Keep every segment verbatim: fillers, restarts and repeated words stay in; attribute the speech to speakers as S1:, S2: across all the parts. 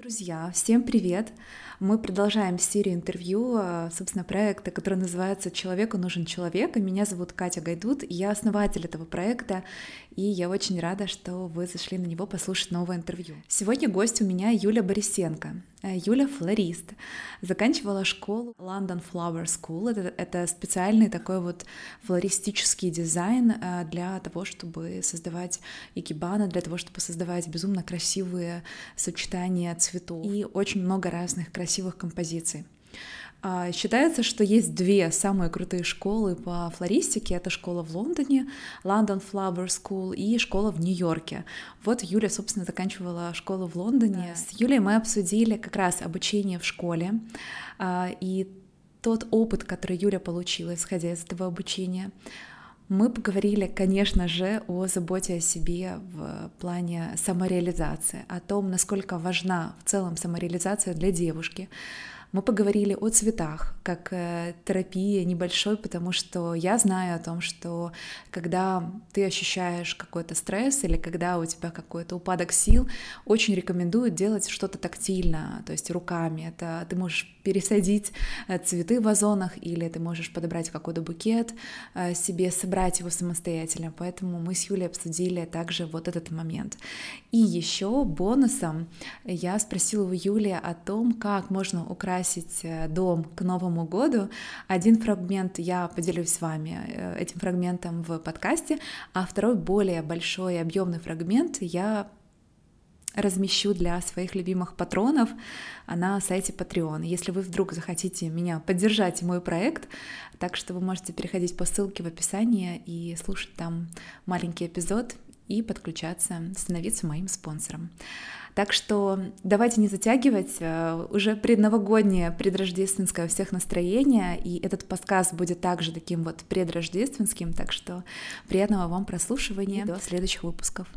S1: Друзья, всем привет! Мы продолжаем серию интервью, э, собственно, проекта, который называется «Человеку нужен человек». И меня зовут Катя Гайдут, и я основатель этого проекта, и я очень рада, что вы зашли на него послушать новое интервью. Сегодня гость у меня Юля Борисенко. Э, Юля флорист, заканчивала школу London Flower School. Это, это специальный такой вот флористический дизайн э, для того, чтобы создавать икебаны, для того, чтобы создавать безумно красивые сочетания цветов и очень много разных красивых композиций. Считается, что есть две самые крутые школы по флористике. Это школа в Лондоне, London Flower School, и школа в Нью-Йорке. Вот Юля, собственно, заканчивала школу в Лондоне. Да. С Юлей мы обсудили как раз обучение в школе и тот опыт, который Юля получила, исходя из этого обучения. Мы поговорили, конечно же, о заботе о себе в плане самореализации, о том, насколько важна в целом самореализация для девушки. Мы поговорили о цветах, как терапии небольшой, потому что я знаю о том, что когда ты ощущаешь какой-то стресс или когда у тебя какой-то упадок сил, очень рекомендуют делать что-то тактильно, то есть руками. Это ты можешь пересадить цветы в вазонах или ты можешь подобрать какой-то букет себе, собрать его самостоятельно. Поэтому мы с Юлей обсудили также вот этот момент. И еще бонусом я спросила у Юли о том, как можно украсить дом к Новому году. Один фрагмент я поделюсь с вами этим фрагментом в подкасте, а второй, более большой и объемный фрагмент я размещу для своих любимых патронов на сайте Patreon. Если вы вдруг захотите меня поддержать и мой проект, так что вы можете переходить по ссылке в описании и слушать там маленький эпизод и подключаться, становиться моим спонсором. Так что давайте не затягивать, уже предновогоднее, предрождественское у всех настроение, и этот подкаст будет также таким вот предрождественским, так что приятного вам прослушивания и до следующих выпусков.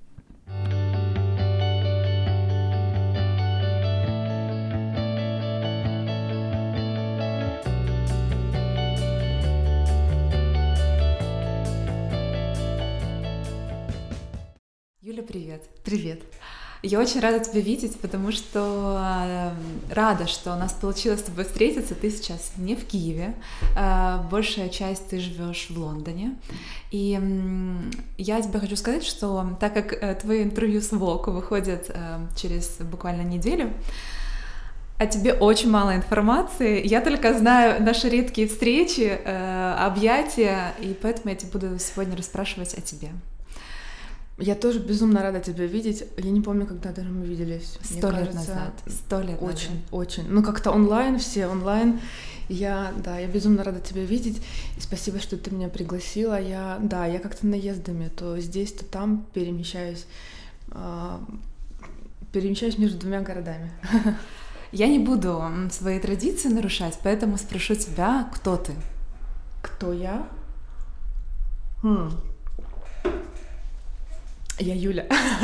S1: Юля, привет.
S2: Привет.
S1: Я очень рада тебя видеть, потому что рада, что у нас получилось с тобой встретиться. Ты сейчас не в Киеве, большая часть ты живешь в Лондоне. И я тебе хочу сказать, что так как твои интервью с Vogue выходят через буквально неделю, о тебе очень мало информации. Я только знаю наши редкие встречи, объятия, и поэтому я тебя буду сегодня расспрашивать о тебе.
S2: Я тоже безумно рада тебя видеть. Я не помню, когда даже мы виделись.
S1: Сто лет назад. Сто лет назад.
S2: Очень, очень. Ну, как-то онлайн, все онлайн. Я, да, я безумно рада тебя видеть. И спасибо, что ты меня пригласила. Я, да, я как-то наездами то здесь, то там перемещаюсь. Э, перемещаюсь между двумя городами.
S1: Я не буду свои традиции нарушать, поэтому спрошу тебя, кто ты?
S2: Кто я? Хм. Я Юля.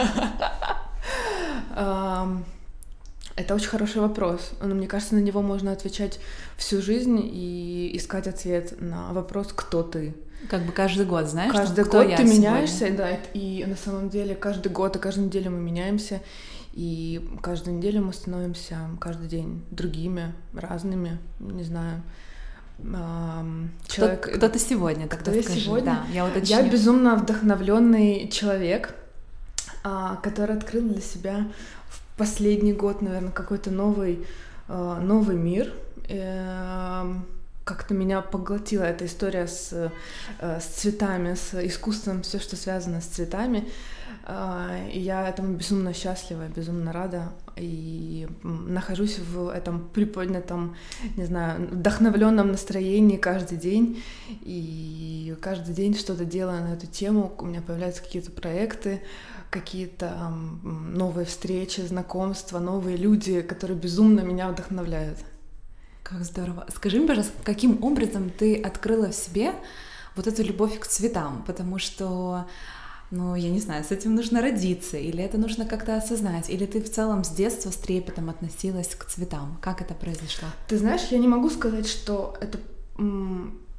S2: Это очень хороший вопрос, но мне кажется, на него можно отвечать всю жизнь и искать ответ на вопрос, кто ты.
S1: Как бы каждый год, знаешь?
S2: Каждый год ты меняешься, да, и на самом деле каждый год и каждую неделю мы меняемся, и каждую неделю мы становимся каждый день другими, разными, не знаю.
S1: Человек... Кто, кто ты сегодня, тогда
S2: кто
S1: скажи.
S2: Я сегодня?
S1: Да, я,
S2: я безумно вдохновленный человек, который открыл для себя в последний год, наверное, какой-то новый, новый мир. Как-то меня поглотила эта история с, с цветами, с искусством, все, что связано с цветами. И я этому безумно счастлива, безумно рада. И нахожусь в этом приподнятом, не знаю, вдохновленном настроении каждый день. И каждый день что-то делаю на эту тему. У меня появляются какие-то проекты, какие-то новые встречи, знакомства, новые люди, которые безумно меня вдохновляют.
S1: Как здорово. Скажи мне, пожалуйста, каким образом ты открыла в себе вот эту любовь к цветам? Потому что, ну, я не знаю, с этим нужно родиться, или это нужно как-то осознать, или ты в целом с детства с трепетом относилась к цветам? Как это произошло?
S2: Ты знаешь, я не могу сказать, что это м-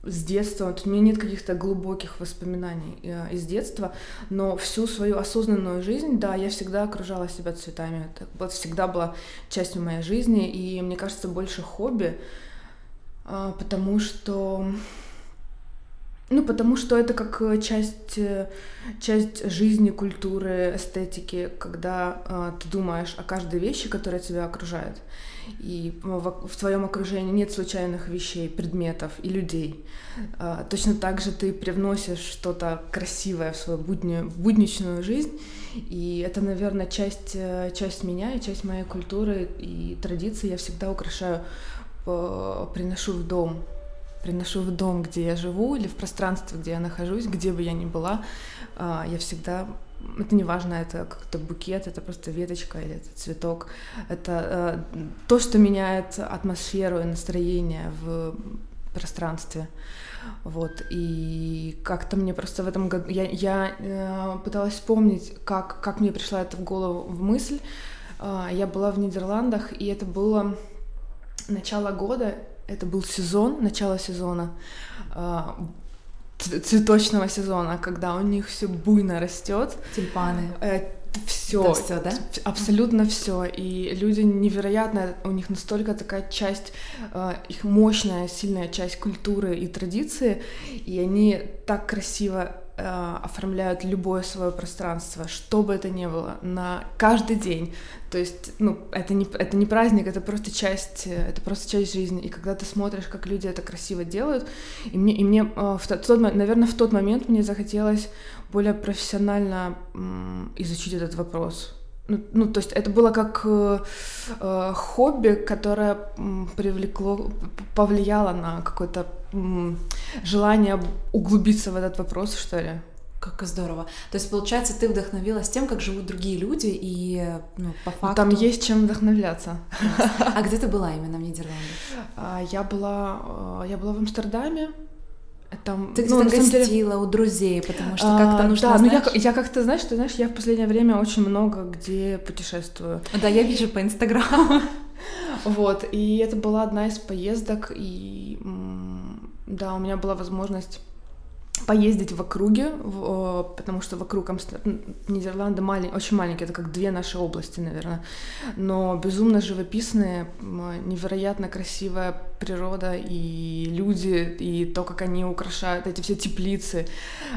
S2: с детства, вот у меня нет каких-то глубоких воспоминаний э, из детства, но всю свою осознанную жизнь, да, я всегда окружала себя цветами. Это вот всегда была частью моей жизни, и мне кажется, больше хобби, э, потому что... Ну, потому что это как часть, часть жизни, культуры, эстетики, когда э, ты думаешь о каждой вещи, которая тебя окружает. И в, в твоем окружении нет случайных вещей, предметов и людей. Э, точно так же ты привносишь что-то красивое в свою будню, будничную жизнь. И это, наверное, часть, часть меня и часть моей культуры и традиций. Я всегда украшаю, э, приношу в дом. приношу в дом, где я живу, или в пространство, где я нахожусь, где бы я ни была, я всегда... Это не важно, это как-то букет, это просто веточка или это цветок. Это то, что меняет атмосферу и настроение в пространстве. Вот. И как-то мне просто в этом году... Я, я пыталась вспомнить, как, как мне пришла это в голову в мысль. Я была в Нидерландах, и это было начало года. Это был сезон, начало сезона, цветочного сезона, когда у них все буйно растет.
S1: Тюльпаны.
S2: Все,
S1: все, да?
S2: Абсолютно все. И люди невероятно, у них настолько такая часть, их мощная, сильная часть культуры и традиции, и они так красиво оформляют любое свое пространство, что бы это ни было, на каждый день. То есть, ну, это не, это не праздник, это просто часть, это просто часть жизни. И когда ты смотришь, как люди это красиво делают, и мне, и мне в тот, наверное, в тот момент мне захотелось более профессионально м, изучить этот вопрос. Ну, ну, то есть это было как э, э, хобби, которое м, привлекло, повлияло на какое-то м, желание углубиться в этот вопрос, что ли.
S1: Как здорово. То есть, получается, ты вдохновилась тем, как живут другие люди, и, ну, по факту...
S2: Там есть чем вдохновляться.
S1: А где ты была именно в Нидерландах?
S2: Я была, я была в Амстердаме. Там,
S1: ты где-то
S2: ну,
S1: гостила
S2: деле...
S1: у друзей, потому что как-то
S2: а,
S1: нужно,
S2: да,
S1: знаешь...
S2: ну я, я как-то, знаешь, ты знаешь, я в последнее время очень много где путешествую.
S1: Да, я вижу по Инстаграму.
S2: Вот, и это была одна из поездок, и да, у меня была возможность поездить в округе, в, потому что вокруг Амстер... Нидерланды малень... очень маленькие, это как две наши области, наверное, но безумно живописные, невероятно красивая природа и люди, и то, как они украшают эти все теплицы.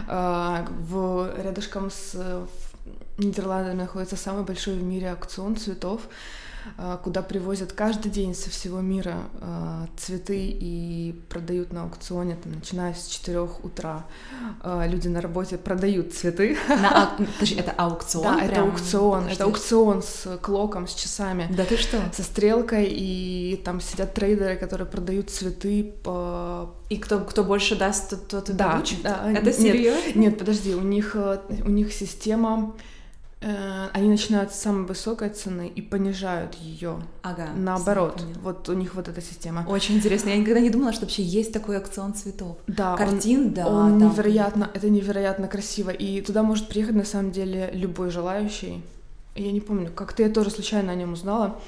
S2: В... Рядышком с Нидерландами находится самый большой в мире аукцион цветов, куда привозят каждый день со всего мира э, цветы и продают на аукционе, там, начиная с четырёх утра. Э, люди на работе продают цветы.
S1: На, подожди, это аукцион?
S2: Да,
S1: прям?
S2: это аукцион.
S1: Подожди.
S2: Это аукцион с клоком, с часами.
S1: Да ты что?
S2: Со стрелкой, и там сидят трейдеры, которые продают цветы по...
S1: И кто, кто больше даст, тот, тот и
S2: да,
S1: получит?
S2: Да,
S1: это серьезно?
S2: Нет, нет, подожди, у них, у них система... Они начинают с самой высокой цены и понижают ее.
S1: Ага.
S2: Наоборот. Вот у них вот эта система.
S1: Очень интересно. Я никогда не думала, что вообще есть такой аукцион цветов.
S2: Да.
S1: Картин,
S2: он,
S1: да.
S2: Он
S1: там...
S2: невероятно, это невероятно красиво. И туда может приехать на самом деле любой желающий. Я не помню, как-то я тоже случайно о нем узнала.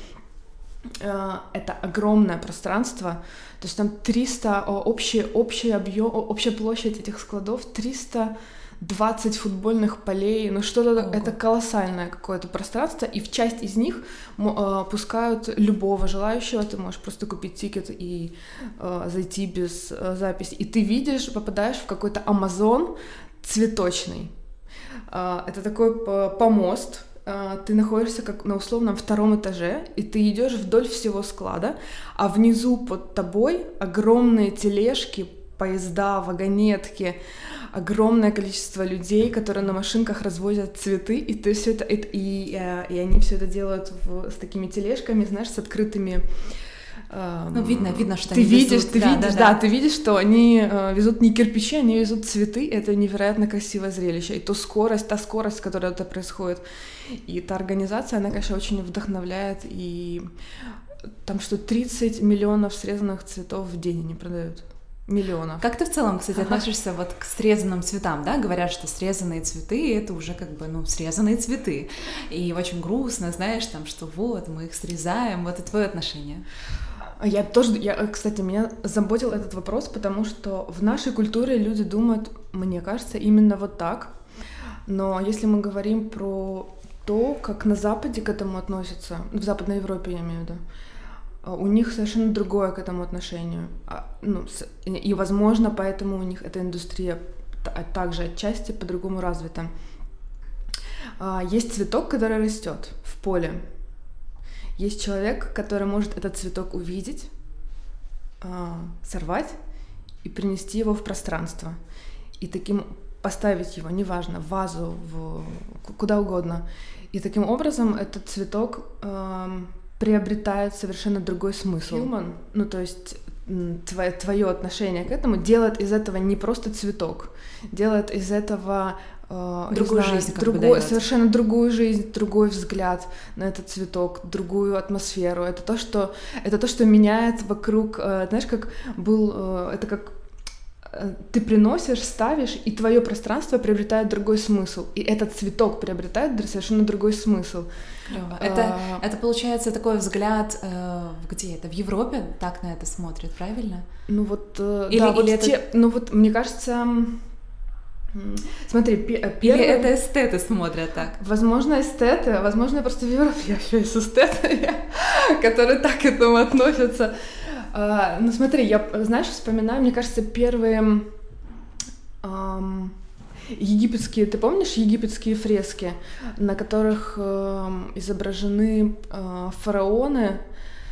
S2: Это огромное пространство. То есть там триста, общий, общий объем, общая площадь этих складов триста двадцать футбольных полей, ну что-то, Ого. Это колоссальное какое-то пространство, и в часть из них э, пускают любого желающего, ты можешь просто купить тикет и э, зайти без э, записи, и ты видишь, попадаешь в какой-то Амазон цветочный. Э, это такой помост, э, ты находишься как на условном втором этаже, и ты идешь вдоль всего склада, а внизу под тобой огромные тележки, поезда, вагонетки, огромное количество людей, которые на машинках развозят цветы, и ты все это, и, и, и они все это делают в, с такими тележками, знаешь, с открытыми. Э,
S1: ну видно, видно, что
S2: ты
S1: они
S2: видишь,
S1: везут.
S2: ты
S1: да,
S2: видишь,
S1: да,
S2: да,
S1: да,
S2: ты видишь, что они э, везут не кирпичи, они везут цветы. Это невероятно красивое зрелище, и то скорость, та скорость, с которой это происходит, и та организация, она, конечно, очень вдохновляет, и там что тридцать миллионов срезанных цветов в день они продают. Миллионов.
S1: Как ты в целом, кстати, относишься вот к срезанным цветам, да? Говорят, что срезанные цветы — это уже как бы, ну, срезанные цветы. И очень грустно, знаешь, там, что вот, мы их срезаем. Вот и твое отношение.
S2: Я тоже, я, кстати, меня заботил этот вопрос, потому что в нашей культуре люди думают, мне кажется, именно вот так. Но если мы говорим про то, как на Западе к этому относятся, в Западной Европе я имею в виду, у них совершенно другое к этому отношение. Ну, и, возможно, поэтому у них эта индустрия также отчасти по-другому развита. Есть цветок, который растет в поле. Есть человек, который может этот цветок увидеть, сорвать и принести его в пространство. И таким поставить его, неважно, в вазу, в, куда угодно. И таким образом этот цветок э, приобретает совершенно другой смысл. Human, ну то есть твое, твое отношение к этому делает из этого не просто цветок, делает из этого э,
S1: другую
S2: знаю,
S1: жизнь, как
S2: другой,
S1: бы
S2: совершенно другую жизнь, другой взгляд на этот цветок, другую атмосферу. Это то, что, это то, что меняет вокруг, э, знаешь, как был, э, это как ты приносишь, ставишь, и твое пространство приобретает другой смысл. И этот цветок приобретает совершенно другой смысл.
S1: Клево. Это, а... это получается такой взгляд, э, где это? В Европе так на это смотрят, правильно?
S2: Ну вот, э,
S1: или,
S2: да,
S1: или
S2: вот
S1: это...
S2: те, ну вот, мне кажется, смотри, первый...
S1: Или это эстеты смотрят так?
S2: Возможно, эстеты, возможно, я просто в Европе я общаюсь с эстетами, которые так к этому относятся. Uh, ну смотри, я, знаешь, вспоминаю, мне кажется, первые um, египетские, ты помнишь египетские фрески, на которых uh, изображены uh, фараоны,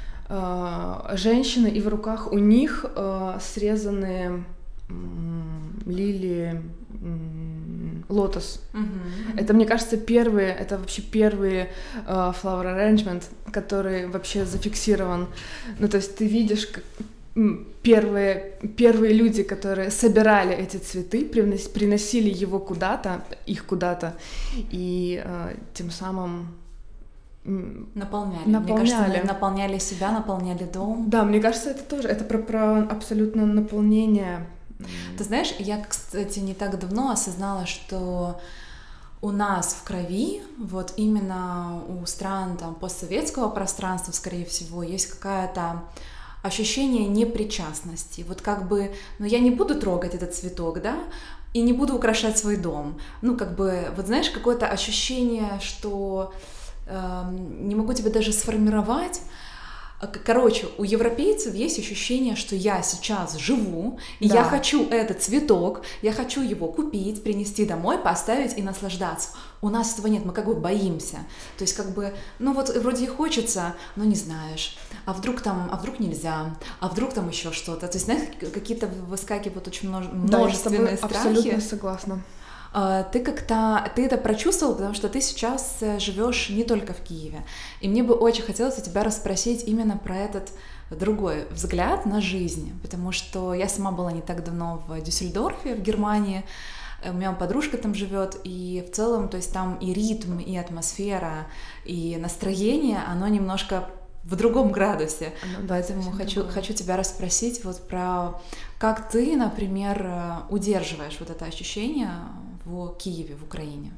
S2: uh, женщины, и в руках у них uh, срезаны um, лилии, um, лотос. Mm-hmm. Это, мне кажется, первые, это вообще первый uh, flower arrangement, который вообще зафиксирован. Ну, то есть ты видишь, как первые, первые люди, которые собирали эти цветы, приносили его куда-то, их куда-то, и uh, тем самым
S1: наполняли.
S2: наполняли.
S1: Мне кажется, наполняли себя, наполняли дом.
S2: Да, мне кажется, это тоже, это про, про абсолютно наполнение.
S1: Ты знаешь, я, кстати, не так давно осознала, что у нас в крови, вот именно у стран там, постсоветского пространства, скорее всего, есть какая-то ощущение непричастности. Вот как бы, ну я не буду трогать этот цветок, да, и не буду украшать свой дом. Ну как бы, вот знаешь, какое-то ощущение, что э, не могу тебя даже сформировать. Короче, у европейцев есть ощущение, что я сейчас живу, и да. я хочу этот цветок, я хочу его купить, принести домой, поставить и наслаждаться. У нас этого нет, мы как бы боимся. То есть как бы, ну вот вроде и хочется, но не знаешь, а вдруг там, а вдруг нельзя, а вдруг там еще что-то. То есть, знаешь, какие-то выскакивают очень множественные
S2: да, я с тобой
S1: страхи.
S2: Абсолютно согласна.
S1: Ты как-то, ты это прочувствовал, потому что ты сейчас живешь не только в Киеве. И мне бы очень хотелось у тебя расспросить именно про этот другой взгляд на жизнь, потому что я сама была не так давно в Дюссельдорфе, в Германии, у меня подружка там живет, и в целом, то есть там и ритм, и атмосфера, и настроение, оно немножко в другом градусе. Ну, поэтому хочу, хочу тебя расспросить вот про как ты, например, удерживаешь вот это ощущение в Киеве, в Украине.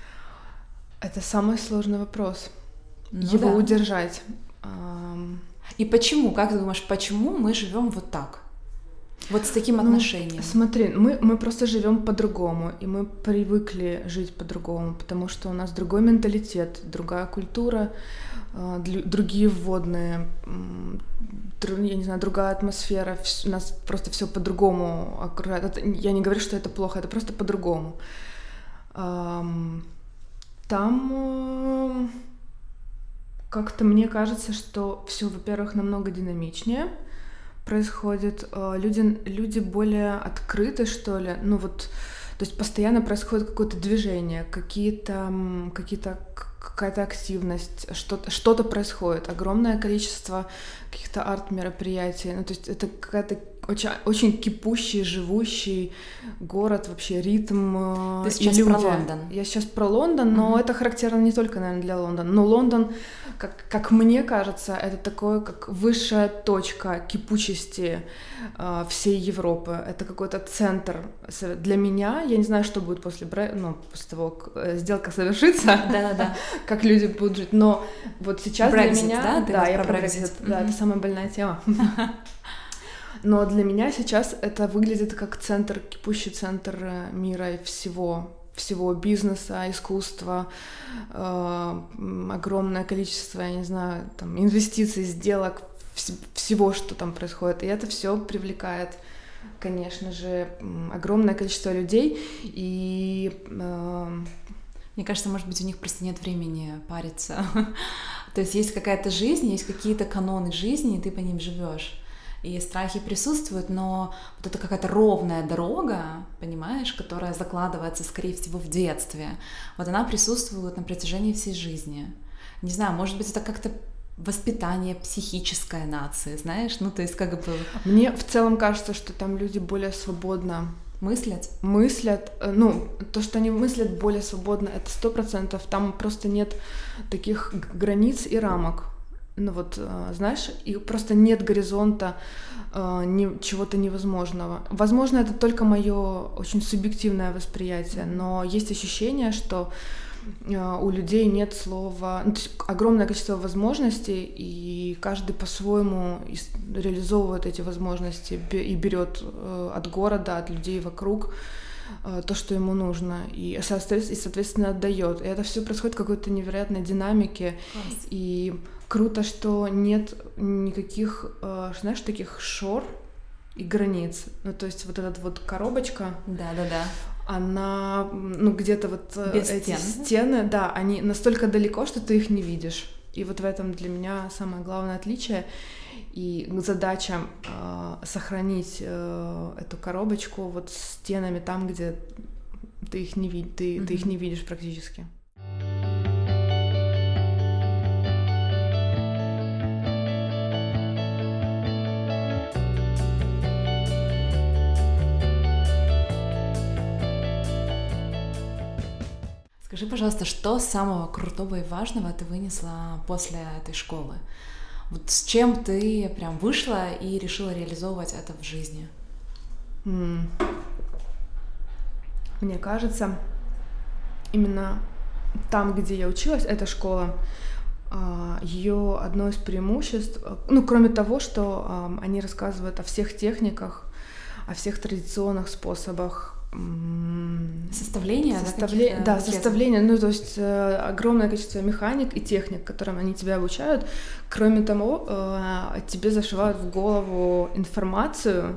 S2: Это самый сложный вопрос.
S1: Ну,
S2: его
S1: да.
S2: удержать.
S1: И почему? Как ты думаешь, почему мы живем вот так? Вот с таким отношением.
S2: Ну, смотри, мы, мы просто живем по-другому, и мы привыкли жить по-другому, потому что у нас другой менталитет, другая культура, другие вводные, я не знаю, другая атмосфера, у нас просто все по-другому окружает. Я не говорю, что это плохо, это просто по-другому. Там как-то мне кажется, что все, во-первых, намного динамичнее происходит, люди, люди более открыты, что ли, ну вот, то есть постоянно происходит какое-то движение, какие-то, какие-то, какая-то активность, что-то, что-то происходит, огромное количество каких-то арт-мероприятий, ну то есть это какая-то очень, очень кипучий, живущий город, вообще ритм.
S1: Ты сейчас
S2: и люди.
S1: про Лондон.
S2: Я сейчас про Лондон, но uh-huh. это характерно не только, наверное, для Лондона. Но Лондон, как, как мне кажется, это такое, как высшая точка кипучести э, всей Европы. Это какой-то центр. Для меня, я не знаю, что будет после, бре... ну, после того, как сделка совершится,
S1: да-да-да,
S2: как люди будут жить. Но вот сейчас
S1: Brexit,
S2: для меня...
S1: да? Ты
S2: да,
S1: вот
S2: я
S1: про
S2: про
S1: Brexit.
S2: Brexit. Да, это самая больная тема. Но для меня сейчас это выглядит как центр, кипучий центр мира и всего, всего бизнеса, искусства, э, огромное количество, я не знаю, там, инвестиций, сделок, вс- всего, что там происходит. И это все привлекает, конечно же, огромное количество людей. И э,
S1: мне кажется, может быть, у них просто нет времени париться. То есть есть какая-то жизнь, есть какие-то каноны жизни, и ты по ним живешь. И страхи присутствуют, но вот это какая-то ровная дорога, понимаешь, которая закладывается, скорее всего, в детстве, вот она присутствует на протяжении всей жизни. Не знаю, может быть, это как-то воспитание психическое нации, знаешь, ну, то есть как бы...
S2: Мне в целом кажется, что там люди более свободно
S1: мыслят.
S2: Мыслят, ну, то, что они мыслят более свободно, это сто процентов, там просто нет таких границ и рамок. Ну вот, знаешь, и просто нет горизонта э, не, чего-то невозможного. Возможно, это только мое очень субъективное восприятие, но есть ощущение, что э, у людей нет слова, ну, то есть огромное количество возможностей, и каждый по-своему реализовывает эти возможности и берет э, от города, от людей вокруг э, то, что ему нужно, и, соответственно, и, соответственно, отдает. И это все происходит в какой-то невероятной динамике. Класс. И круто, что нет никаких, э, знаешь, таких шор и границ. Ну, то есть вот эта вот коробочка,
S1: да-да-да,
S2: она, ну, где-то вот
S1: без
S2: эти
S1: стен.
S2: стены, да, они настолько далеко, что ты их не видишь. И вот в этом для меня самое главное отличие. И задача э, сохранить э, эту коробочку вот с стенами там, где ты их не, ви- ты, mm-hmm. ты их не видишь практически.
S1: Скажи, пожалуйста, что самого крутого и важного ты вынесла после этой школы? Вот с чем ты прям вышла и решила реализовывать это в жизни?
S2: Mm. Мне кажется, именно там, где я училась, эта школа, ее одно из преимуществ, ну, кроме того, что они рассказывают о всех техниках, о всех традиционных способах
S1: Составление,
S2: Составле...
S1: да,
S2: да, составление, ну, то есть э, огромное количество механик и техник, которым они тебя обучают. Кроме того, э, тебе зашивают в голову информацию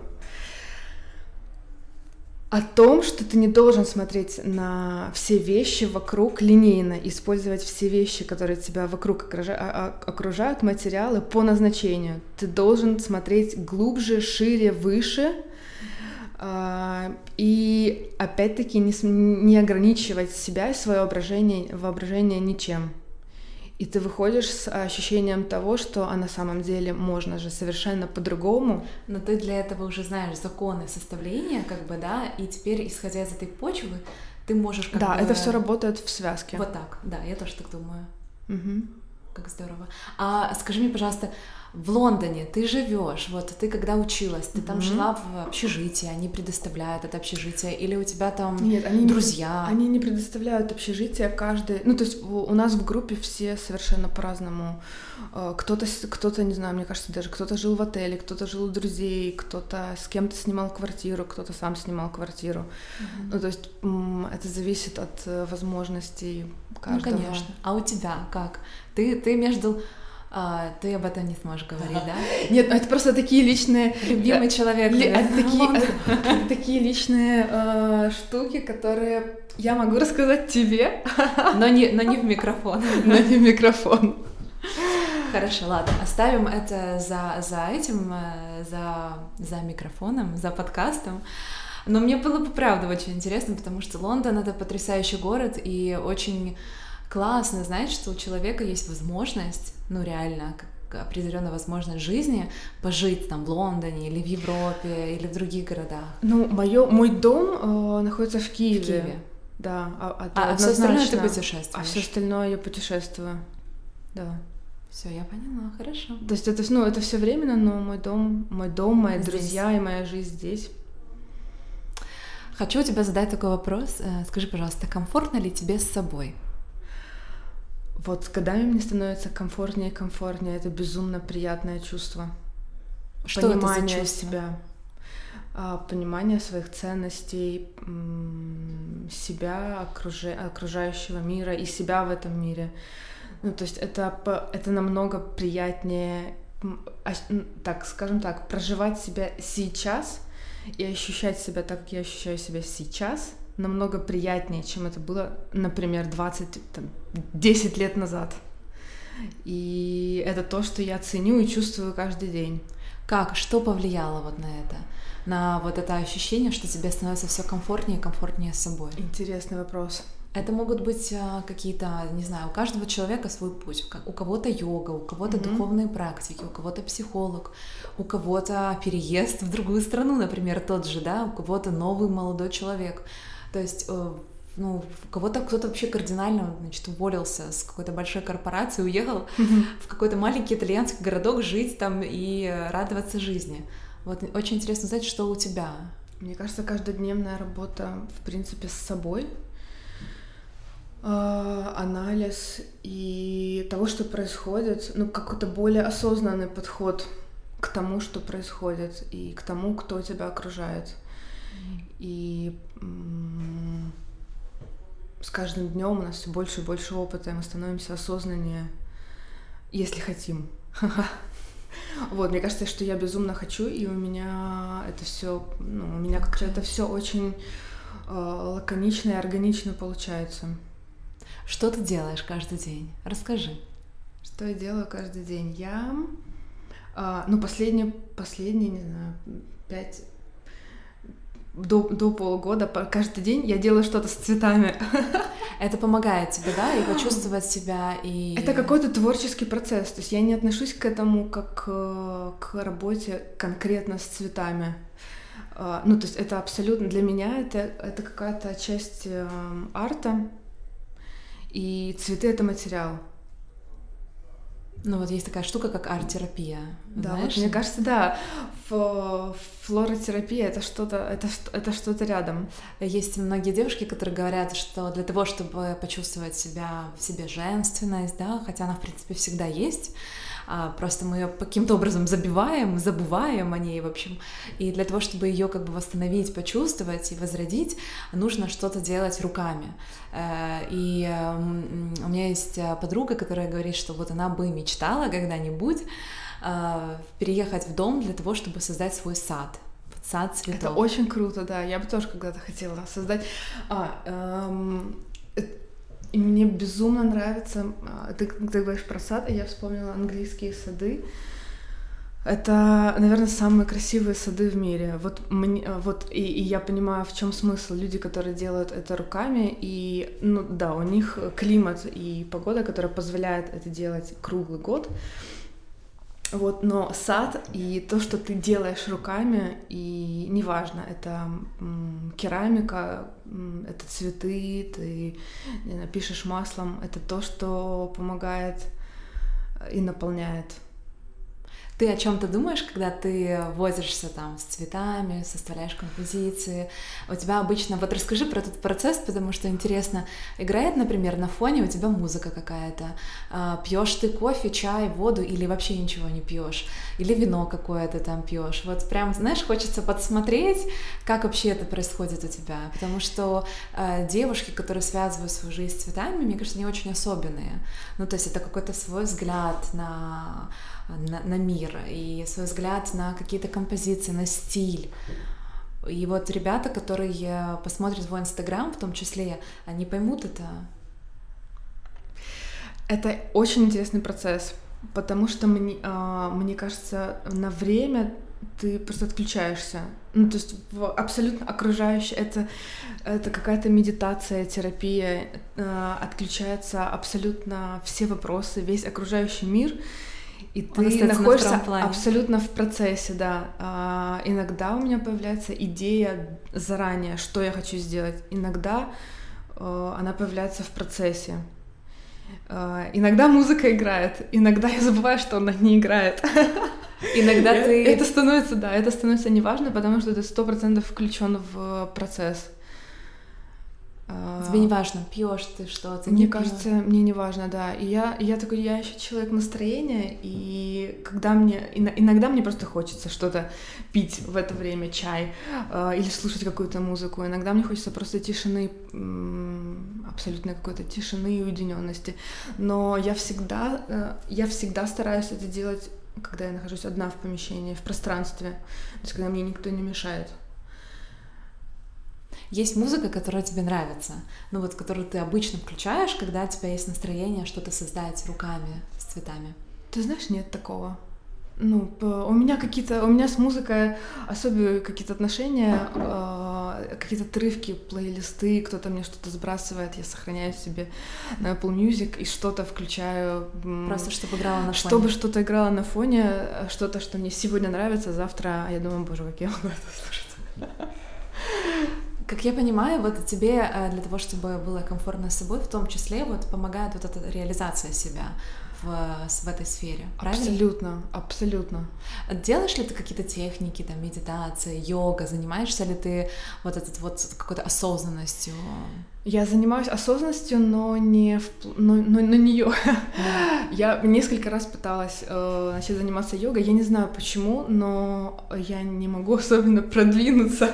S2: о том, что ты не должен смотреть на все вещи вокруг линейно, использовать все вещи, которые тебя вокруг окружают, материалы по назначению. Ты должен смотреть глубже, шире, выше, и опять-таки не, не ограничивать себя и свое воображение, воображение ничем. И ты выходишь с ощущением того, что а на самом деле можно же совершенно по-другому.
S1: Но ты для этого уже знаешь законы составления, как бы, да, и теперь, исходя из этой почвы, ты можешь как
S2: да,
S1: бы...
S2: это все работает в связке.
S1: Вот так, да, я тоже так думаю.
S2: Угу.
S1: Как здорово. А скажи мне, пожалуйста, в Лондоне ты живешь, вот ты когда училась, ты mm-hmm. там жила в общежитии, они предоставляют это общежитие, или у тебя там
S2: Нет, они
S1: друзья?
S2: Не, они не предоставляют общежитие, каждый, ну то есть у нас в группе все совершенно по-разному. Кто-то, кто-то, не знаю, мне кажется, даже кто-то жил в отеле, кто-то жил у друзей, кто-то с кем-то снимал квартиру, кто-то сам снимал квартиру. Mm-hmm. Ну то есть это зависит от возможностей каждого.
S1: Ну конечно. А у тебя как? Ты, ты между... А, ты об этом не сможешь говорить, да?
S2: Нет, это просто такие личные...
S1: Любимый человек.
S2: Ли... Это, такие, это такие личные э, штуки, которые я могу рассказать тебе.
S1: Но не, но не в микрофон.
S2: Но не в микрофон.
S1: Хорошо, ладно, оставим это за, за этим, за, за микрофоном, за подкастом. Но мне было бы правда очень интересно, потому что Лондон — это потрясающий город, и очень... классно знать, что у человека есть возможность, ну реально, определенную возможность жизни пожить там в Лондоне или в Европе или в других городах?
S2: Ну, моё, мой дом э, находится в Киеве.
S1: В Киеве.
S2: Да, а,
S1: а, а все остальное ты путешествуешь?
S2: А все остальное я путешествую, да.
S1: Все, я поняла, хорошо.
S2: То есть это, ну, это все временно, но мой дом, мой дом, мои здесь. Друзья и моя жизнь здесь.
S1: Хочу у тебя задать такой вопрос. Скажи, пожалуйста, комфортно ли тебе с собой?
S2: Вот с годами мне становится комфортнее и комфортнее. Это безумно приятное чувство.
S1: Что
S2: понимание
S1: это за чувство?
S2: себя, понимание своих ценностей, себя, окружающего мира и себя в этом мире. Ну, то есть это, это намного приятнее, так, скажем так, проживать себя сейчас и ощущать себя так, как я ощущаю себя сейчас, намного приятнее, чем это было, например, двадцать, там, десять лет назад. И это то, что я ценю и чувствую каждый день.
S1: Как? Что повлияло вот на это? На вот это ощущение, что тебе становится все комфортнее и комфортнее с собой?
S2: Интересный вопрос.
S1: Это могут быть какие-то, не знаю, у каждого человека свой путь. У кого-то йога, у кого-то mm-hmm. духовные практики, у кого-то психолог, у кого-то переезд в другую страну, например, тот же, да, у кого-то новый молодой человек. То есть, ну, у кого-то кто-то вообще кардинально, значит, уволился с какой-то большой корпорации, уехал mm-hmm. в какой-то маленький итальянский городок жить там и радоваться жизни. Вот очень интересно знать, что у тебя.
S2: Мне кажется, каждодневная работа, в принципе, с собой, анализ и того, что происходит, ну, какой-то более осознанный подход к тому, что происходит, и к тому, кто тебя окружает. Mm-hmm. И м- с каждым днем у нас все больше и больше опыта, и мы становимся осознаннее, если хотим. Вот, мне кажется, что я безумно хочу, и у меня это все, ну, у меня как-то это все очень э, лаконично и органично получается.
S1: Что ты делаешь каждый день? Расскажи.
S2: Что я делаю каждый день? Я, э, ну, последние, последние, не знаю, пять, до, до полугода, каждый день я делаю что-то с цветами.
S1: Это помогает тебе, да, и почувствовать себя, и...
S2: Это какой-то творческий процесс, то есть я не отношусь к этому как к работе конкретно с цветами. Ну, то есть это абсолютно для меня, это, это какая-то часть арта, и цветы — это материал.
S1: Ну вот есть такая штука, как арт-терапия.
S2: Да, вот мне кажется, да, флоротерапия — это что-то, это, это что-то рядом.
S1: Есть многие девушки, которые говорят, что для того, чтобы почувствовать себя в себе женственность, да, хотя она в принципе всегда есть, просто мы ее каким-то образом забиваем, забываем о ней, в общем. И для того, чтобы ее как бы восстановить, почувствовать и возродить, нужно что-то делать руками. И у меня есть подруга, которая говорит, что вот она бы мечтала когда-нибудь переехать в дом для того, чтобы создать свой сад. Сад цветов.
S2: Это очень круто, да. Я бы тоже когда-то хотела создать... А, эм... И мне безумно нравится, ты, ты говоришь про сад, и я вспомнила английские сады. Это, наверное, самые красивые сады в мире. Вот, мне, вот и, и я понимаю, в чем смысл. Люди, которые делают это руками, и, ну да, у них климат и погода, которая позволяет это делать круглый год. Вот, но сад и то, что ты делаешь руками, и неважно, это м, керамика, м, это цветы, ты не знаю, пишешь маслом, это то, что помогает и наполняет.
S1: Ты о чем-то думаешь, когда ты возишься там с цветами, составляешь композиции? У тебя обычно... Вот расскажи про этот процесс, потому что интересно, играет, например, на фоне у тебя музыка какая-то, пьешь ты кофе, чай, воду или вообще ничего не пьешь, или вино какое-то там пьешь. Вот прям, знаешь, хочется подсмотреть, как вообще это происходит у тебя, потому что э, девушки, которые связывают свою жизнь с цветами, мне кажется, они очень особенные. Ну, то есть это какой-то свой взгляд на... На, на мир и свой взгляд на какие-то композиции, на стиль. И вот ребята, которые посмотрят твой Инстаграм, в том числе, они поймут это.
S2: Это очень интересный процесс, потому что мне, э, мне кажется, на время ты просто отключаешься. Ну, то есть абсолютно окружающее, это, это какая-то медитация, терапия, э, отключаются абсолютно все вопросы, весь окружающий мир. И ты находишься абсолютно в процессе, да. А, иногда у меня появляется идея заранее, что я хочу сделать. Иногда а, она появляется в процессе. А, иногда музыка играет, иногда я забываю, что она не играет.
S1: Иногда ты...
S2: Это становится, да, это становится неважно, потому что ты сто процентов включен в процесс.
S1: Тебе не важно, пьешь ты что-то.
S2: Мне кажется, мне не важно, да. И я, я такой, я еще человек настроения, и когда мне, иногда мне просто хочется что-то пить в это время, чай, э, или слушать какую-то музыку. Иногда мне хочется просто тишины, абсолютной какой-то тишины и уединенности. Но я всегда, э, я всегда стараюсь это делать, когда я нахожусь одна в помещении, в пространстве, то есть когда мне никто не мешает.
S1: Есть музыка, которая тебе нравится, ну вот, которую ты обычно включаешь, когда у тебя есть настроение что-то создать руками с цветами.
S2: Ты знаешь, нет такого. Ну, у меня какие-то, у меня с музыкой особые какие-то отношения, э, какие-то отрывки, плейлисты, кто-то мне что-то сбрасывает, я сохраняю себе на Apple Music и что-то включаю.
S1: Просто чтобы играло на фоне.
S2: Чтобы что-то играло на фоне, что-то, что мне сегодня нравится, завтра я думаю, боже, как я могу это слушать.
S1: Как я понимаю, вот тебе для того, чтобы было комфортно с собой, в том числе вот помогает вот эта реализация себя в, в этой сфере, правильно?
S2: Абсолютно, абсолютно.
S1: Делаешь ли ты какие-то техники, там, медитация, йога, занимаешься ли ты вот этот вот какой-то осознанностью?
S2: Я занимаюсь осознанностью, но не, в, но, но, но не йога. Да. Я несколько раз пыталась э, начать заниматься йогой, я не знаю почему, но я не могу особенно продвинуться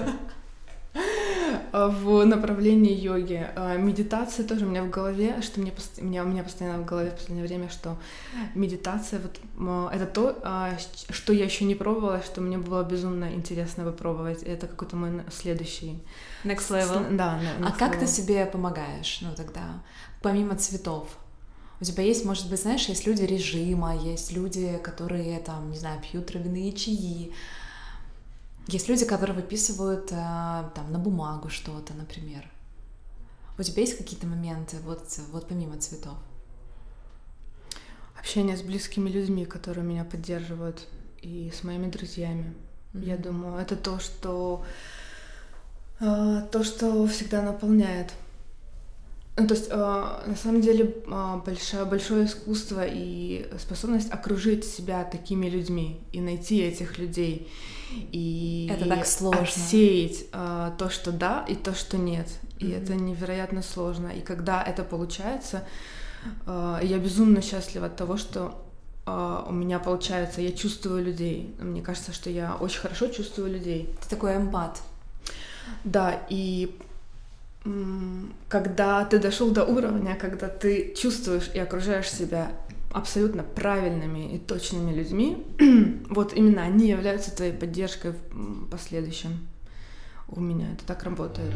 S2: в направлении йоги. Медитация тоже у меня в голове, что мне, у меня, у меня постоянно в голове в последнее время, что медитация вот, это то, что я еще не пробовала, что мне было безумно интересно попробовать. Это какой-то мой следующий...
S1: Next level.
S2: Да, next
S1: А
S2: level.
S1: как ты себе помогаешь, ну тогда, помимо цветов? У тебя есть, может быть, знаешь, есть люди режима, есть люди, которые, там, не знаю, пьют травяные чаи. Есть люди, которые выписывают там на бумагу что-то, например. У тебя есть какие-то моменты, вот, вот помимо цветов?
S2: Общение с близкими людьми, которые меня поддерживают, и с моими друзьями. Mm-hmm. Я думаю, это то, что то, что всегда наполняет. Ну, то есть, на самом деле, большое, большое искусство и способность окружить себя такими людьми и найти этих людей. И
S1: это так сложно.
S2: Отсеять а, то, что да, и то, что нет. И mm-hmm. это невероятно сложно. И когда это получается, а, я безумно счастлива от того, что а, у меня получается. Я чувствую людей. Мне кажется, что я очень хорошо чувствую людей.
S1: Ты такой эмпат.
S2: Да, и м- когда ты дошел до уровня, когда ты чувствуешь и окружаешь себя абсолютно правильными и точными людьми, вот именно они являются твоей поддержкой в последующем. У меня это так работает.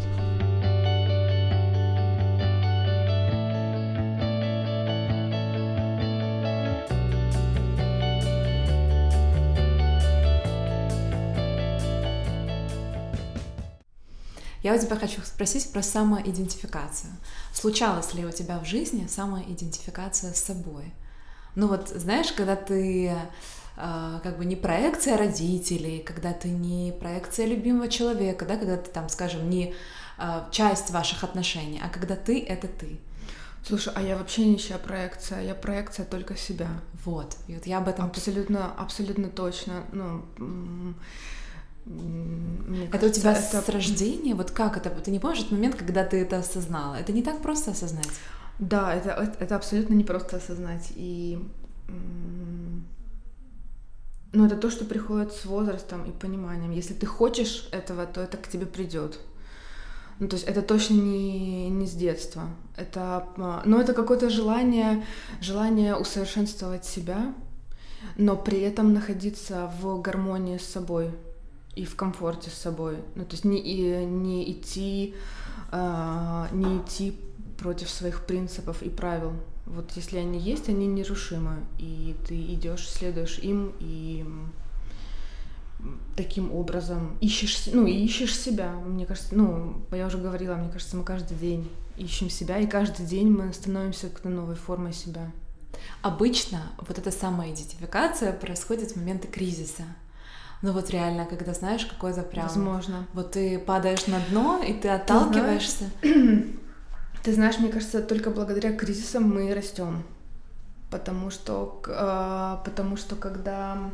S1: Я у тебя хочу спросить про самоидентификацию. Случалась ли у тебя в жизни самоидентификация с собой? Ну вот, знаешь, когда ты э, как бы не проекция родителей, когда ты не проекция любимого человека, да, когда ты там, скажем, не э, часть ваших отношений, а когда ты — это ты.
S2: Слушай, а я вообще ничья проекция, я проекция только себя.
S1: Вот, и вот я об этом...
S2: Абсолютно, абсолютно точно, ну...
S1: Мне это кажется, у тебя это... с рождения? Вот как это? Ты не помнишь этот момент, когда ты это осознала? Это не так просто осознать.
S2: Да, это, это абсолютно непросто осознать. И ну, это то, что приходит с возрастом и пониманием. Если ты хочешь этого, то это к тебе придет. Ну, то есть это точно не, не с детства. Это, ну, это какое-то желание, желание усовершенствовать себя, но при этом находиться в гармонии с собой и в комфорте с собой. Ну, то есть не, не идти, э, не идти против своих принципов и правил. Вот если они есть, они нерушимы, и ты идешь, следуешь им, и таким образом ищешь, ну, ищешь себя. Мне кажется, ну, я уже говорила, мне кажется, мы каждый день ищем себя, и каждый день мы становимся какой-то новой формой себя.
S1: Обычно вот эта самоидентификация происходит в моменты кризиса. Ну вот реально, когда знаешь, какой-то прям...
S2: Возможно.
S1: Вот ты падаешь на дно, и ты отталкиваешься.
S2: Ты знаешь, ты знаешь, мне кажется, только благодаря кризисам мы растем. Потому что, э, потому что когда...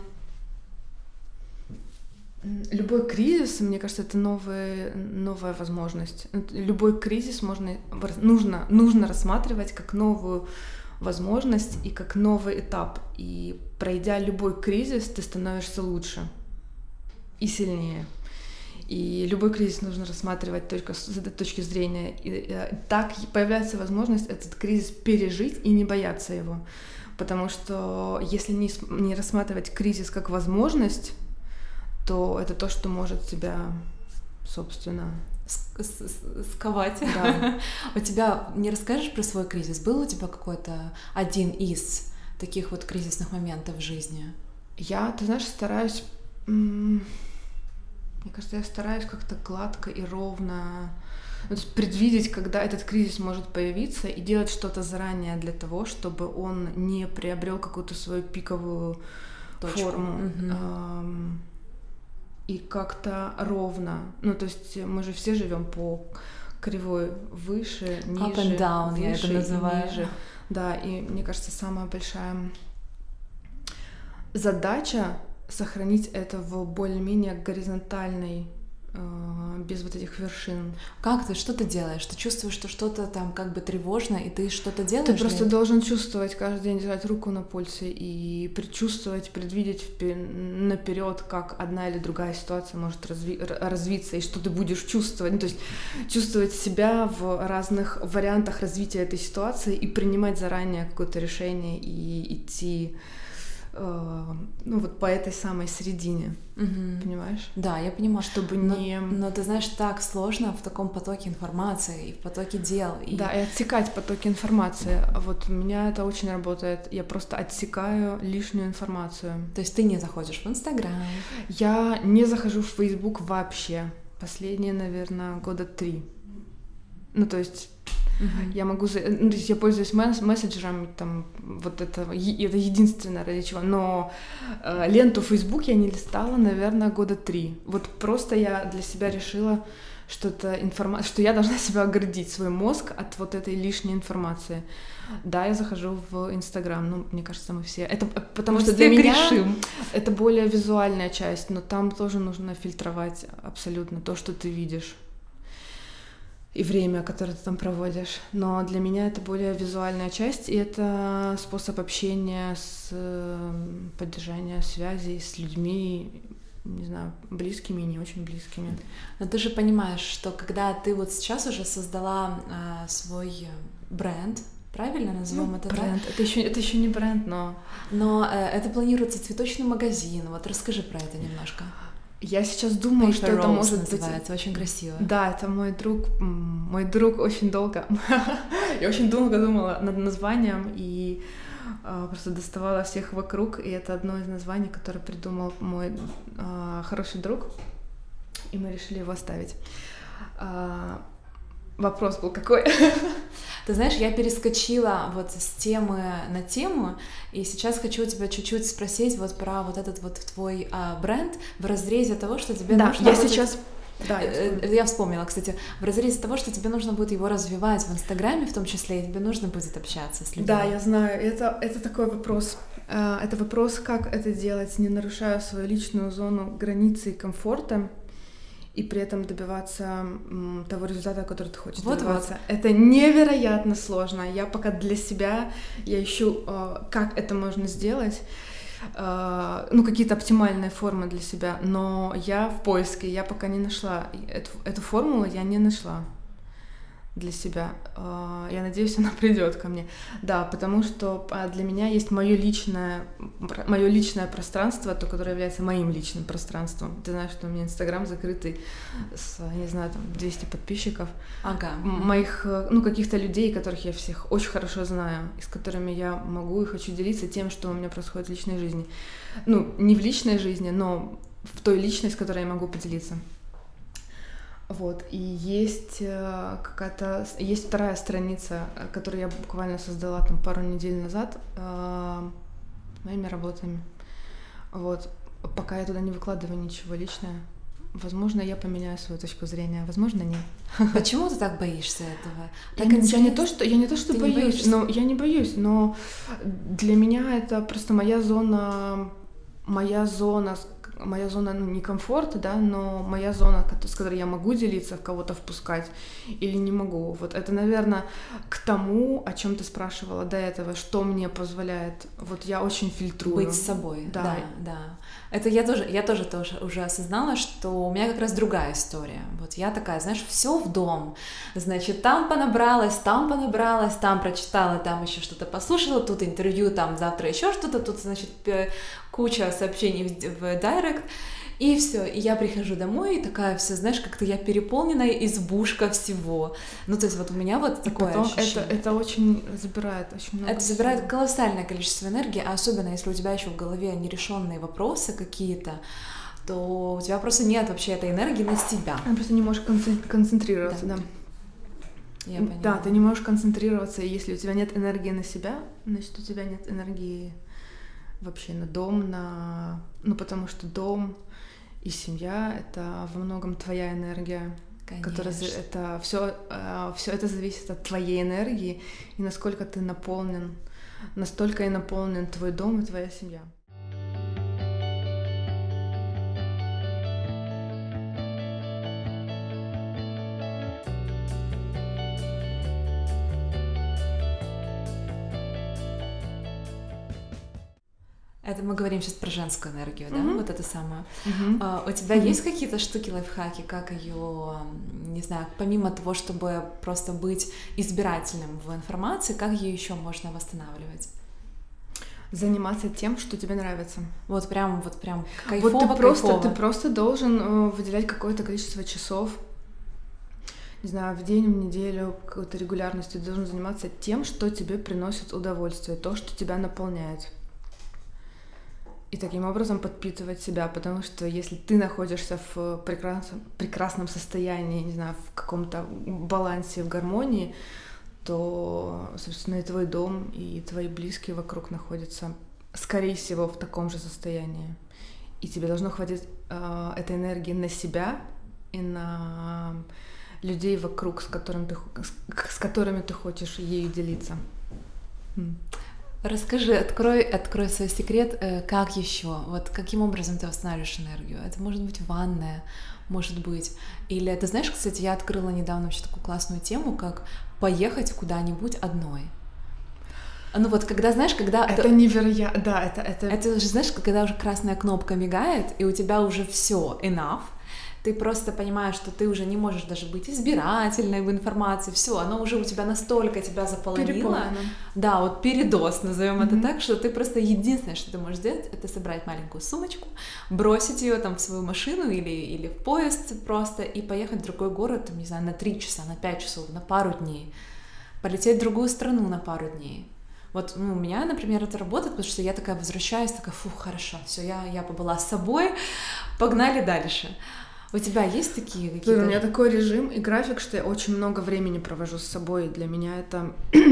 S2: Любой кризис, мне кажется, это новая, новая возможность. Любой кризис можно, нужно, нужно рассматривать как новую возможность и как новый этап. И пройдя любой кризис, ты становишься лучше и сильнее. И любой кризис нужно рассматривать только с этой точки зрения. И так появляется возможность этот кризис пережить и не бояться его. Потому что если не, не рассматривать кризис как возможность, то это то, что может тебя, собственно...
S1: Сковать.
S2: Да.
S1: У тебя, не расскажешь про свой кризис? Был у тебя какой-то один из таких вот кризисных моментов в жизни?
S2: Я, ты знаешь, стараюсь... Мне кажется, я стараюсь как-то гладко и ровно ну, то есть предвидеть, когда этот кризис может появиться, и делать что-то заранее для того, чтобы он не приобрел какую-то свою пиковую точку. Форму. Угу. И как-то ровно. Ну, то есть мы же все живем по кривой выше, ниже,
S1: Up and down,
S2: выше,
S1: я это называю.
S2: Ниже. Да, и мне кажется, самая большая задача сохранить это в более-менее горизонтальной, э, без вот этих вершин.
S1: Как ты, что ты делаешь? Ты чувствуешь, что что-то там как бы тревожно, и ты что-то делаешь?
S2: Ты просто должен чувствовать, каждый день держать руку на пульсе и предчувствовать, предвидеть наперед, как одна или другая ситуация может разви- развиться, и что ты будешь чувствовать. Ну, то есть чувствовать себя в разных вариантах развития этой ситуации и принимать заранее какое-то решение и идти ну вот по этой самой середине,
S1: угу.
S2: Понимаешь?
S1: Да, я понимаю.
S2: Чтобы
S1: но,
S2: не...
S1: Но ты знаешь, так сложно в таком потоке информации и в потоке дел. И...
S2: Да, и отсекать потоки информации. Вот у меня это очень работает. Я просто отсекаю лишнюю информацию.
S1: То есть ты не заходишь в Инстаграм?
S2: Я не захожу в Фейсбук вообще. Последние, наверное, года три. Ну, то есть... Uh-huh. Я могу, ну, то есть я пользуюсь мессенджером, там, вот это, это единственное ради чего, но э, ленту Facebook я не листала, наверное, года три. Вот просто я для себя решила, что это информация, что я должна себя оградить, свой мозг от вот этой лишней информации. Да, я захожу в Инстаграм, ну, мне кажется, мы все, это потому мы что для меня грешим. Это более визуальная часть, но там тоже нужно фильтровать абсолютно то, что ты видишь. И время, которое ты там проводишь. Но для меня это более визуальная часть, и это способ общения, с поддержания связей с людьми, не знаю, близкими и не очень близкими.
S1: Но ты же понимаешь, что когда ты вот сейчас уже создала а, свой бренд, правильно назовем
S2: ну,
S1: это,
S2: бренд.
S1: да?
S2: Это еще, это еще не бренд, но...
S1: Но э, это планируется цветочный магазин. Вот расскажи про это немножко.
S2: Я сейчас думаю,
S1: Paper
S2: что это может
S1: называется,
S2: быть...
S1: очень красиво.
S2: Да, это мой друг, мой друг очень долго... Я очень долго думала над названием и э, просто доставала всех вокруг, и это одно из названий, которое придумал мой э, хороший друг, и мы решили его оставить. Э, вопрос был какой?
S1: Ты знаешь, я перескочила вот с темы на тему, и сейчас хочу тебя чуть-чуть спросить вот про вот этот вот твой а, бренд в разрезе того, что тебе
S2: да,
S1: нужно...
S2: я
S1: будет...
S2: сейчас... Да, я,
S1: я вспомнила, кстати, в разрезе того, что тебе нужно будет его развивать в Инстаграме в том числе, и тебе нужно будет общаться с людьми.
S2: Да, я знаю, это, это такой вопрос. Это вопрос, как это делать, не нарушая свою личную зону границы и комфорта, и при этом добиваться м, того результата, который ты хочешь
S1: вот,
S2: добиваться.
S1: Вот.
S2: Это невероятно сложно. Я пока для себя, я ищу, э, как это можно сделать, э, ну, какие-то оптимальные формы для себя, но я в поиске, я пока не нашла. Эту, эту формулу я не нашла для себя. Я надеюсь, она придет ко мне. Да, потому что для меня есть мое личное, мое личное пространство, то, которое является моим личным пространством. Ты знаешь, что у меня Инстаграм закрытый с, не знаю, там двести подписчиков.
S1: Ага.
S2: Моих, ну, каких-то людей, которых я всех очень хорошо знаю, и с которыми я могу и хочу делиться тем, что у меня происходит в личной жизни. Ну, не в личной жизни, но в той личной, с которой я могу поделиться. Вот, и есть э, какая-то, есть вторая страница, которую я буквально создала там пару недель назад э, моими работами. Вот, пока я туда не выкладываю ничего личное, возможно, я поменяю свою точку зрения, возможно, нет.
S1: Почему ты так боишься этого?
S2: Так я, я не то, что я не то, что
S1: ты
S2: боюсь, но я не боюсь, но для меня это просто моя зона, моя зона. Моя зона, ну, не комфорта, да, но моя зона, с которой я могу делиться, в кого-то впускать или не могу. Вот это, наверное, к тому, о чем ты спрашивала до этого, что мне позволяет. Вот я очень фильтрую.
S1: Быть собой,
S2: да,
S1: да, да. Это я тоже, я тоже, тоже уже осознала, что у меня как раз другая история. Вот я такая, знаешь, все в дом. Значит, там понабралась, там понабралась, там прочитала, там еще что-то послушала, тут интервью, там завтра еще что-то, тут, значит, куча сообщений в, в директ, и все. И я прихожу домой, и такая вся, знаешь, как-то я переполненная избушка всего. Ну, то есть вот у меня вот такое
S2: потом
S1: ощущение.
S2: Это, это очень забирает очень много.
S1: Это забирает всего. Колоссальное количество энергии, а особенно если у тебя еще в голове нерешенные вопросы какие-то, то у тебя просто нет вообще этой энергии на себя.
S2: Ты просто не можешь концентрироваться, да. да.
S1: Я понимаю.
S2: Да, ты не можешь концентрироваться, и если у тебя нет энергии на себя, значит, у тебя нет энергии вообще на дом, на... Ну, потому что дом и семья — это во многом твоя энергия.
S1: Конечно.
S2: Которая... Это все, все это зависит от твоей энергии, и насколько ты наполнен, настолько и наполнен твой дом и твоя семья.
S1: Это мы говорим сейчас про женскую энергию, да,
S2: mm-hmm.
S1: вот это самое.
S2: Mm-hmm.
S1: А, у тебя mm-hmm. есть какие-то штуки, лайфхаки, как ее, не знаю, помимо того, чтобы просто быть избирательным в информации, как ее еще можно восстанавливать?
S2: Заниматься тем, что тебе нравится.
S1: Вот прям, вот прям кайфово,
S2: Вот ты просто,
S1: кайфово.
S2: ты просто должен выделять какое-то количество часов, не знаю, в день, в неделю, какой-то регулярностью. Ты должен заниматься тем, что тебе приносит удовольствие, то, что тебя наполняет. И таким образом подпитывать себя, потому что если ты находишься в прекрасном, прекрасном состоянии, не знаю, в каком-то балансе, в гармонии, то, собственно, и твой дом, и твои близкие вокруг находятся, скорее всего, в таком же состоянии. И тебе должно хватить э, этой энергии на себя и на людей вокруг, с которыми ты, с, с которыми ты хочешь ею делиться.
S1: Расскажи, открой, открой свой секрет, как еще, вот каким образом ты восстанавливаешь энергию? Это может быть ванная, может быть, или ты знаешь, кстати, я открыла недавно вообще такую классную тему, как поехать куда-нибудь одной. Ну вот, когда, знаешь, когда...
S2: Это, это невероятно, да, это... Это...
S1: это уже, знаешь, когда уже красная кнопка мигает, и у тебя уже все enough, ты просто понимаешь, что ты уже не можешь даже быть избирательной в информации, все, оно уже у тебя настолько тебя заполонило. Да, вот передоз, назовем mm-hmm. это так, что ты просто единственное, что ты можешь сделать, это собрать маленькую сумочку, бросить ее там в свою машину или, или в поезд просто и поехать в другой город, там, не знаю, на три часа, на пять часов, на пару дней, полететь в другую страну на пару дней. Вот, ну, у меня, например, это работает, потому что я такая возвращаюсь, такая, фух, хорошо, все, я, я побыла с собой, погнали дальше. У тебя есть такие какие-то...
S2: У меня такой режим и график, что я очень много времени провожу с собой. Для меня это...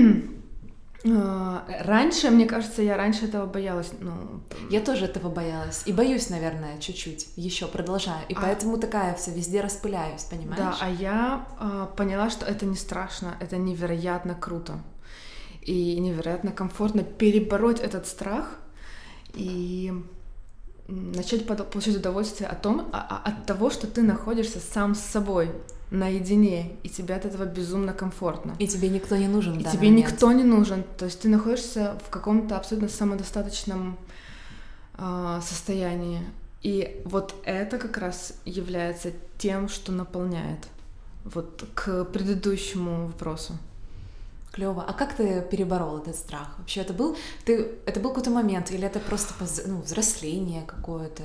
S2: Раньше, мне кажется, я раньше этого боялась. Ну...
S1: Я тоже этого боялась. И боюсь, наверное, чуть-чуть. Еще продолжаю. И а... поэтому такая вся, везде распыляюсь, понимаешь?
S2: Да, а я а, поняла, что это не страшно, это невероятно круто. И невероятно комфортно перебороть этот страх и... начать получать удовольствие от, том, от того, что ты находишься сам с собой наедине, и тебе от этого безумно комфортно.
S1: И тебе никто не нужен.
S2: И тебе момент. никто не нужен. То есть ты находишься в каком-то абсолютно самодостаточном э, состоянии. И вот это как раз является тем, что наполняет. Вот к предыдущему вопросу.
S1: Клево. А как ты переборол этот страх? Вообще это был, ты, это был какой-то момент, или это просто ну, взросление какое-то?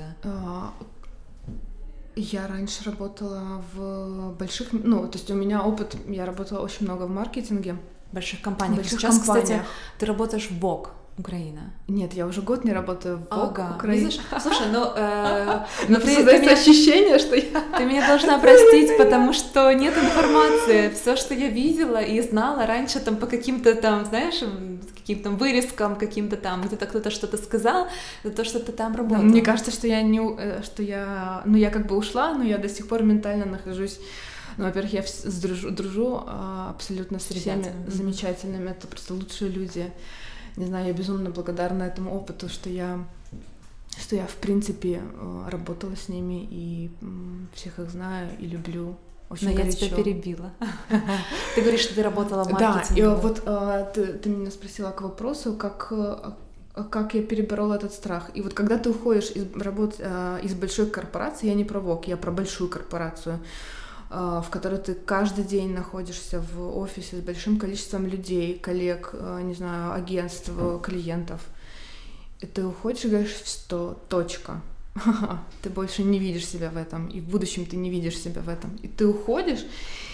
S2: Я раньше работала в больших... Ну, то есть у меня опыт... Я работала очень много в маркетинге.
S1: В больших компаниях.
S2: В больших
S1: Сейчас,
S2: компаниях.
S1: Кстати, ты работаешь в бок. Украина.
S2: Нет, я уже год не работаю в
S1: ага.
S2: Украине.
S1: Слушай, ну... Э,
S2: но ты, создается ты ощущение, что я...
S1: Ты меня должна простить, потому что нет информации. Все, что я видела и знала раньше там по каким-то там, знаешь, каким-то вырезкам, каким-то там, где-то кто-то что-то сказал, за то, что ты там работала.
S2: Мне кажется, что я не... Что я... Ну, я как бы ушла, но я до сих пор ментально нахожусь... Ну, во-первых, я дружу, дружу абсолютно с всеми mm-hmm. замечательными. Это просто лучшие люди. Не знаю, я безумно благодарна этому опыту, что я, что я в принципе работала с ними и всех их знаю и люблю. Очень
S1: Но
S2: горячо.
S1: Я тебя перебила. Ты говоришь, что ты работала в маркетинге.
S2: Да, и вот ты, ты меня спросила к вопросу, как, как я переборола этот страх. И вот когда ты уходишь из, работ, из большой корпорации, я не про ВОК, я про большую корпорацию, в которой ты каждый день находишься в офисе с большим количеством людей, коллег, не знаю, агентств, клиентов. И ты уходишь и говоришь, что точка. Ты больше не видишь себя в этом, и в будущем ты не видишь себя в этом. И ты уходишь,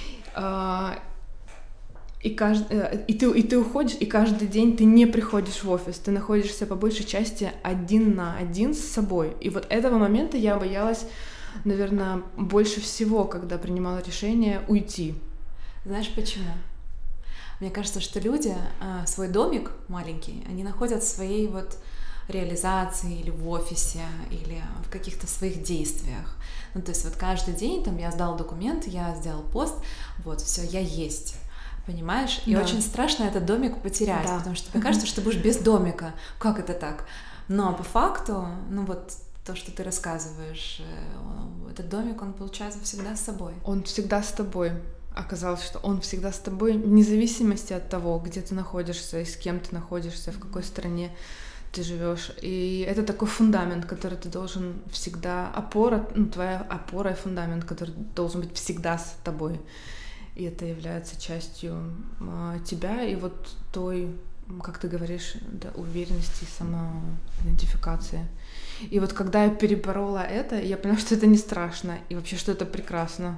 S2: и, каждый, и, ты, и ты уходишь, и каждый день ты не приходишь в офис, ты находишься по большей части один на один с собой. И вот этого момента я боялась, наверное, больше всего, когда принимала решение уйти.
S1: Знаешь почему? Мне кажется, что люди свой домик маленький, они находят в своей вот реализации или в офисе, или в каких-то своих действиях. Ну, то есть вот каждый день там я сдал документ, я сделал пост, вот, все, я есть. Понимаешь? И да. Очень страшно этот домик потерять, да. Потому что тебе кажется, что ты будешь без домика. Как это так? Но по факту, ну вот, то, что ты рассказываешь, этот домик, он получается всегда с собой.
S2: Он всегда с тобой. Оказалось, что он всегда с тобой, вне зависимости от того, где ты находишься и с кем ты находишься, в какой стране ты живешь. И это такой фундамент, который ты должен всегда... Опора, ну, твоя опора и фундамент, который должен быть всегда с тобой. И это является частью э, тебя и вот той, как ты говоришь, да, уверенности, самоидентификации. И вот когда я переборола это, я поняла, что это не страшно, и вообще, что это прекрасно.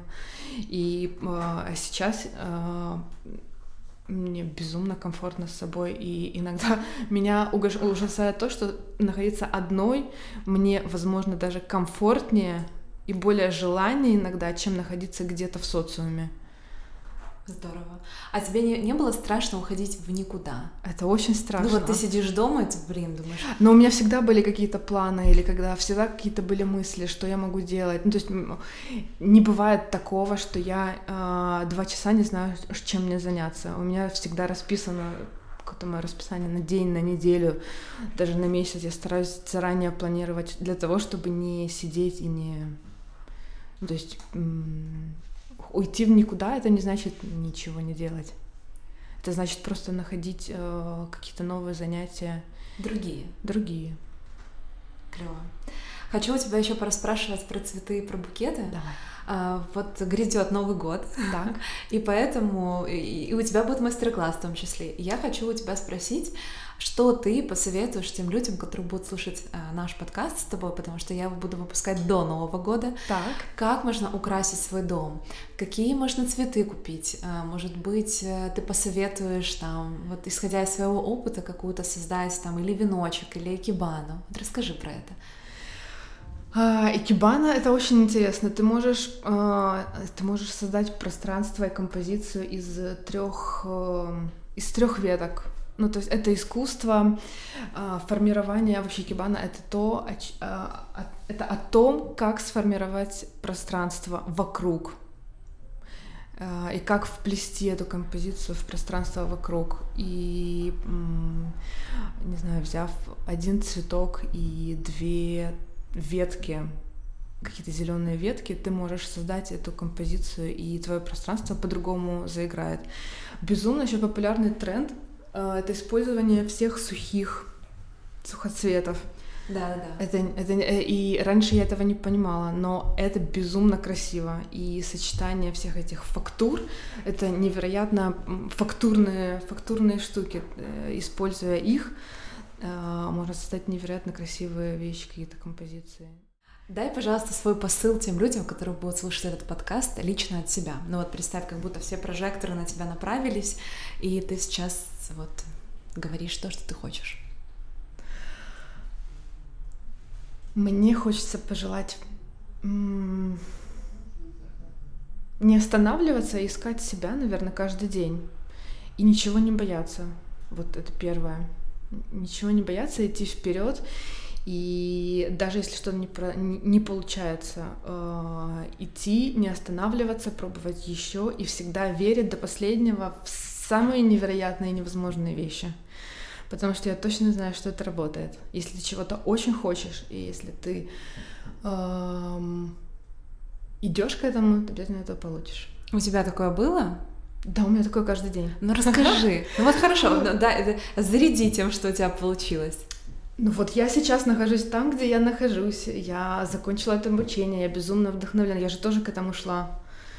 S2: И э, сейчас э, мне безумно комфортно с собой, и иногда меня ужасает то, что находиться одной мне, возможно, даже комфортнее и более желание иногда, чем находиться где-то в социуме.
S1: Здорово. А тебе не, не было страшно уходить в никуда?
S2: Это очень страшно.
S1: Ну вот ты сидишь дома, и ты, блин, думаешь...
S2: Но у меня всегда были какие-то планы, или когда всегда какие-то были мысли, что я могу делать. Ну то есть не бывает такого, что я э, два часа не знаю, чем мне заняться. У меня всегда расписано какое-то мое расписание на день, на неделю, даже на месяц. Я стараюсь заранее планировать для того, чтобы не сидеть и не... Ну, то есть... М- Уйти в никуда — это не значит ничего не делать. Это значит просто находить э, какие-то новые занятия.
S1: Другие.
S2: Другие.
S1: Клево. Хочу у тебя еще порасспрашивать про цветы и про букеты.
S2: Давай.
S1: А, вот грядет Новый год.
S2: Так.
S1: И поэтому и, и у тебя будет мастер-класс в том числе. И я хочу у тебя спросить, что ты посоветуешь тем людям, которые будут слушать а, наш подкаст с тобой, потому что я его буду выпускать до Нового года.
S2: Так.
S1: Как можно украсить свой дом? Какие можно цветы купить? А, может быть, ты посоветуешь там, вот исходя из своего опыта, какую-то создать там или веночек, или экибану. Вот расскажи про это.
S2: Икебана — это очень интересно. Ты можешь, ты можешь создать пространство и композицию из трех, из трех веток. Ну, то есть это искусство формирования. Вообще икебана — это то, это о том, как сформировать пространство вокруг и как вплести эту композицию в пространство вокруг. И, не знаю, взяв один цветок и две ветки, какие-то зеленые ветки, ты можешь создать эту композицию, и твое пространство по-другому заиграет. Безумно еще популярный тренд — это использование всех сухих сухоцветов.
S1: Да, да.
S2: Это, это, и раньше я этого не понимала, но это безумно красиво. И сочетание всех этих фактур — это невероятно фактурные, фактурные штуки. Используя их, можно создать невероятно красивые вещи, какие-то композиции.
S1: Дай, пожалуйста, свой посыл тем людям, которые будут слушать этот подкаст, лично от себя. Ну вот представь, как будто все прожекторы на тебя направились, и ты сейчас вот говоришь то, что ты хочешь.
S2: Мне хочется пожелать м- не останавливаться, а искать себя, наверное, каждый день. И ничего не бояться. Вот это первое. Ничего не бояться, идти вперед. И даже если что-то не, про, не, не получается, э, идти, не останавливаться, пробовать еще и всегда верить до последнего в самые невероятные и невозможные вещи. Потому что я точно знаю, что это работает. Если ты чего-то очень хочешь, и если ты э, идешь к этому, ты обязательно это получишь.
S1: У тебя такое было?
S2: Да, у меня такое каждый день.
S1: Ну расскажи. Ну вот хорошо, да, заряди тем, что у тебя получилось.
S2: Ну вот я сейчас нахожусь там, где я нахожусь. Я закончила это обучение, я безумно вдохновлена. Я же тоже к этому шла.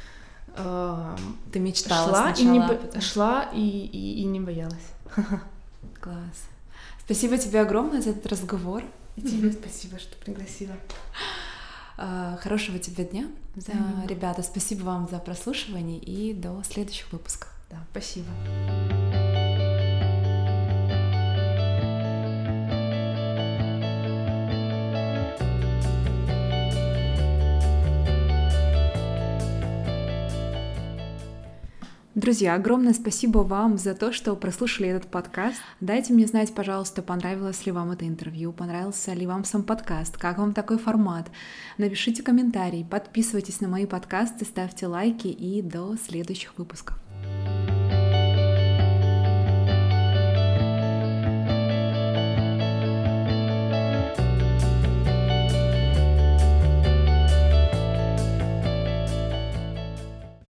S1: Ты мечтала
S2: шла
S1: сначала.
S2: И не,
S1: потом...
S2: Шла и, и, и не боялась.
S1: Класс. Спасибо тебе огромное за этот разговор.
S2: И тебе спасибо, что пригласила.
S1: Хорошего тебе дня. Да, ребята, спасибо вам за прослушивание и до следующих выпусков.
S2: Да, спасибо.
S1: Друзья, огромное спасибо вам за то, что прослушали этот подкаст. Дайте мне знать, пожалуйста, понравилось ли вам это интервью, понравился ли вам сам подкаст, как вам такой формат. Напишите комментарий, подписывайтесь на мои подкасты, ставьте лайки и до следующих выпусков.